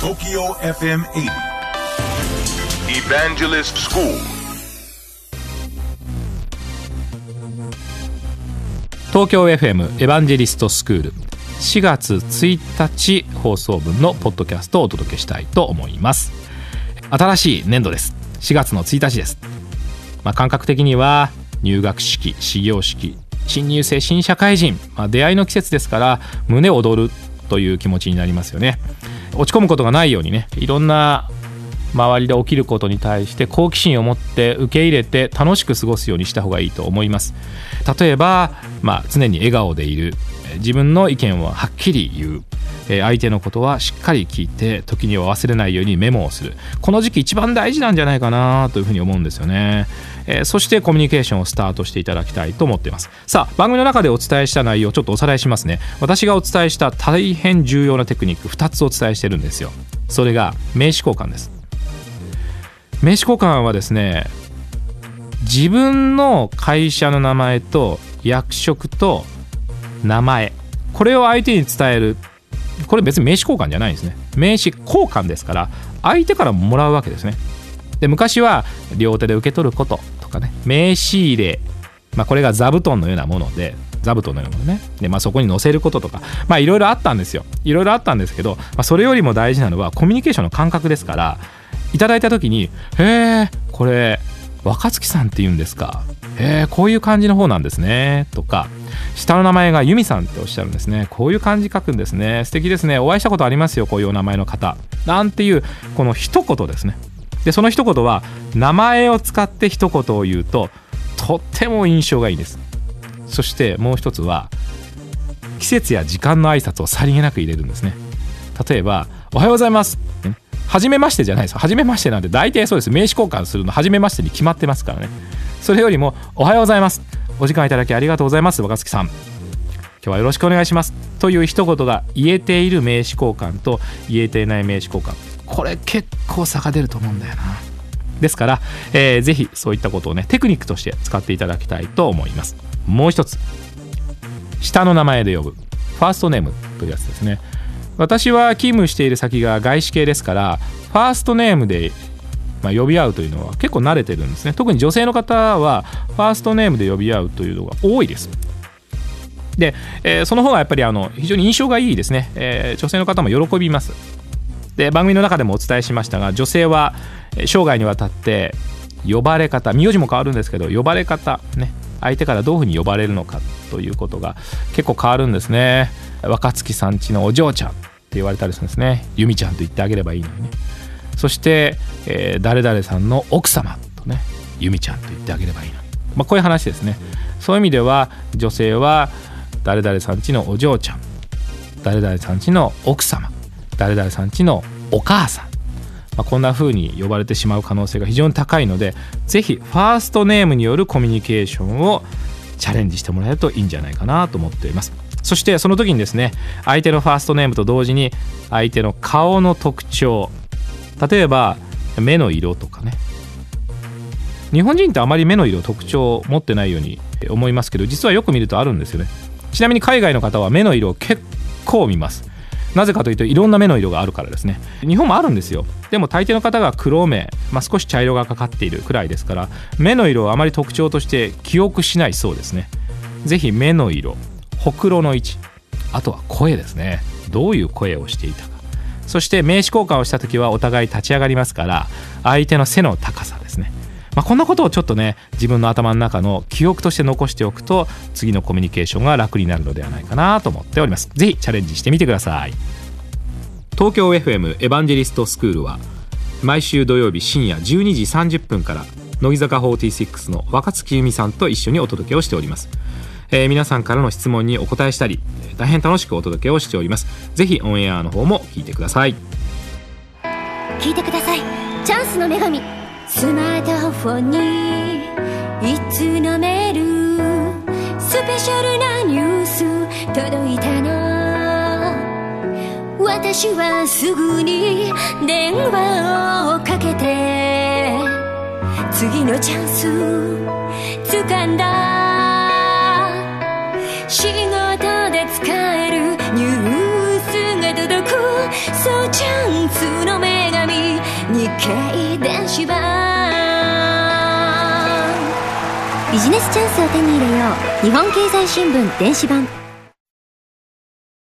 TOKYO FM 80 Evangelist School。 東京 FM エヴァンジェリストスクール4月1日放送分のポッドキャストをお届けしたいと思います。新しい年度です。4月の1日です。感覚的には入学式、始業式、新入生、新社会人、出会いの季節ですから胸躍るという気持ちになりますよね。落ち込むことがないようにね、いろんな周りで起きることに対して好奇心を持って受け入れて楽しく過ごすようにした方がいいと思います。例えば、常に笑顔でいる、自分の意見ははっきり言う、相手のことはしっかり聞いて時には忘れないようにメモをする。この時期一番大事なんじゃないかなというふうに思うんですよね。そしてコミュニケーションをスタートしていただきたいと思っています。さあ、番組の中でお伝えした内容をちょっとおさらいしますね。私がお伝えした大変重要なテクニック2つお伝えしてるんですよ。それが名刺交換です。名刺交換はですね、自分の会社の名前と役職と名前、これを相手に伝える。これ別に名刺交換じゃないんですね。名刺交換ですから相手からもらうわけですね。で、昔は両手で受け取ることとかね、名刺入れ、これが座布団のようなもので、座布団のようなものね。で、そこに載せることとか、いろいろあったんですよ。いろいろあったんですけど、それよりも大事なのはコミュニケーションの感覚ですから、いただいた時に、これ若月さんって言うんですか、こういう感じの方なんですねとか、下の名前が由美さんっておっしゃるんですね、こういう漢字書くんですね、素敵ですね、お会いしたことありますよ、こういうお名前の方なんていう、この一言ですね。で、その一言は名前を使って一言を言うととっても印象がいいです。そしてもう一つは季節や時間の挨拶をさりげなく入れるんですね。例えば、おはようございます、初めましてじゃないですよ。初めましてなんて大体そうです。名刺交換するの初めましてに決まってますからね。それよりも、おはようございます、お時間いただきありがとうございます、若月さん、今日はよろしくお願いしますという一言が言えている名刺交換と言えていない名刺交換、これ結構差が出ると思うんだよな。ですから、ぜひそういったことをね、テクニックとして使っていただきたいと思います。もう一つ、下の名前で呼ぶ、ファーストネームというやつですね。私は勤務している先が外資系ですから、ファーストネームで呼び合うというのは結構慣れてるんですね。特に女性の方はファーストネームで呼び合うというのが多いです。で、その方がやっぱり非常に印象がいいですね。女性の方も喜びます。で、番組の中でもお伝えしましたが、女性は生涯にわたって呼ばれ方、名字も変わるんですけど、呼ばれ方ね、相手からどういうふうに呼ばれるのかということが結構変わるんですね。若月さんちのお嬢ちゃんって言われたりするんですね。由美ちゃんと言ってあげればいいのにね。そして、誰々さんの奥様とね、由美ちゃんと言ってあげればいいのに、こういう話ですね。そういう意味では女性は誰々さんちのお嬢ちゃん、誰々さんちの奥様、誰々さんちのお母さん、こんな風に呼ばれてしまう可能性が非常に高いので、ぜひファーストネームによるコミュニケーションをチャレンジしてもらえるといいんじゃないかなと思っています。そしてその時にですね、相手のファーストネームと同時に相手の顔の特徴、例えば目の色とかね、日本人ってあまり目の色特徴を持ってないように思いますけど、実はよく見るとあるんですよね。ちなみに海外の方は目の色を結構見ます。なぜかというと、いろんな目の色があるからですね。日本もあるんですよ。でも大抵の方が黒目、少し茶色がかかっているくらいですから、目の色をあまり特徴として記憶しないそうですね。ぜひ目の色、ほくろの位置、あとは声ですね。どういう声をしていたか。そして名刺交換をした時はお互い立ち上がりますから、相手の背の高さですね。こんなことをちょっとね、自分の頭の中の記憶として残しておくと、次のコミュニケーションが楽になるのではないかなと思っております。ぜひチャレンジしてみてください。東京 FM エヴァンジェリストスクールは毎週土曜日深夜12時30分から乃木坂46の若月由美さんと一緒にお届けをしております。皆さんからの質問にお答えしたり、大変楽しくお届けをしております。ぜひオンエアの方も聞いてください。 聞いてください。チャンスの女神。スマートフォンにいつのメール、スペシャルなニュース届いたの。私はすぐに電話をかけて、次のチャンス掴んだ。仕事で使えるニュースが届く、そチャンスの女神日経電子版。ビジネスチャンスを手に入れよう。日本経済新聞電子版。